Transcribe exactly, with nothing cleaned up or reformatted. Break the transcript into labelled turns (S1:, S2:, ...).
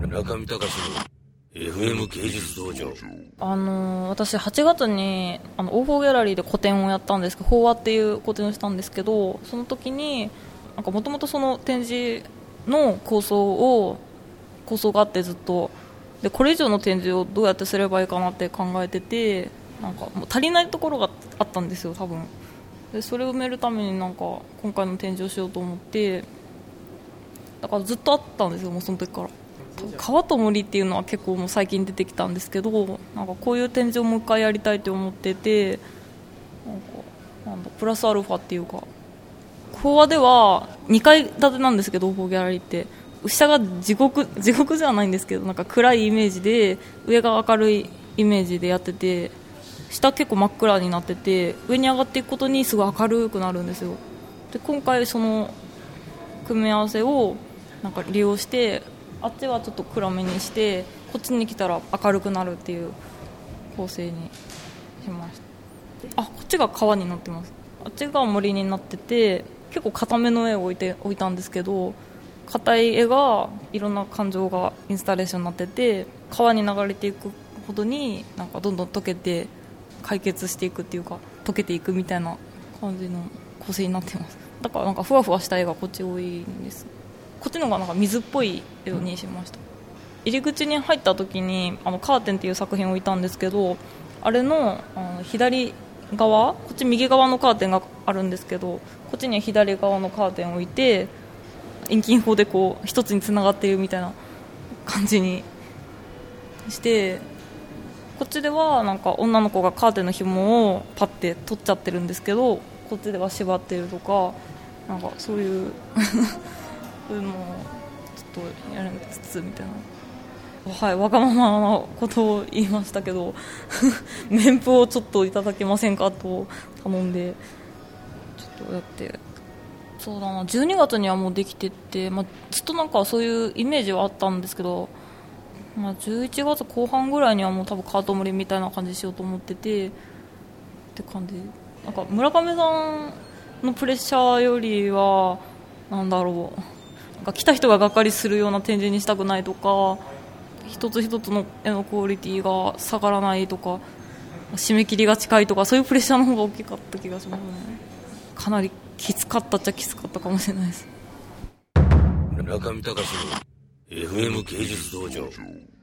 S1: 中見隆の エフエム 芸術道場。
S2: あのー、私はちがつにあのオーフォーギャラリーで個展をやったんですけど、法話っていう個展をしたんですけど、その時にもともとその展示の構想を構想があって、ずっとでこれ以上の展示をどうやってすればいいかなって考えてて、なんかもう足りないところがあったんですよ、多分。でそれを埋めるためになんか今回の展示をしようと思って、だからずっとあったんですよ、もうその時から。川と森っていうのは結構もう最近出てきたんですけど、なんかこういう展示をもう一回やりたいと思ってて、なんかなんだプラスアルファっていうか、法話ではにかい建てなんですけど、オーフォーギャラリーって下が地獄地獄じゃないんですけど、なんか暗いイメージで上が明るいイメージでやってて、下結構真っ暗になってて、上に上がっていくことにすごい明るくなるんですよ。で今回その組み合わせをなんか利用して、あっちはちょっと暗めにしてこっちに来たら明るくなるっていう構成にしました。あ、こっちが川になってます。あっちが森になってて、結構固めの絵を置いて置いたんですけど、硬い絵がいろんな感情がインスタレーションになってて、川に流れていくほどになんかどんどん溶けて解決していくっていうか、溶けていくみたいな感じの構成になってます。だからなんかふわふわした絵がこっち多いんです。こっちの方がなんか水っぽい色にしました。入り口に入った時にあのカーテンっていう作品を置いたんですけど、あれ の, あの左側、こっち右側のカーテンがあるんですけど、こっちには左側のカーテンを置いて、遠近法でこう一つにつながっているみたいな感じにして、こっちではなんか女の子がカーテンの紐をパッて取っちゃってるんですけど、こっちでは縛っているとか、なんかそういうそういうのをちょっとやりつつみたいな、はい、わがままなことを言いましたけど面譜をちょっといただけませんかと頼んでちょっとやって、そうだな、じゅうにがつにはもうできてて、まあ、ずっとなんかそういうイメージはあったんですけど、まあ、じゅういちがつこう半ぐらいにはもう多分カート森みたいな感じしようと思っててって感じ。なんか村上さんのプレッシャーよりはなんだろう、なんか来た人ががっかりするような展示にしたくないとか、一つ一つの絵のクオリティが下がらないとか、締め切りが近いとか、そういうプレッシャーの方が大きかった気がしますね。かなりきつかったっちゃきつかったかもしれないです。
S1: 中見隆の エフエム 芸術道場。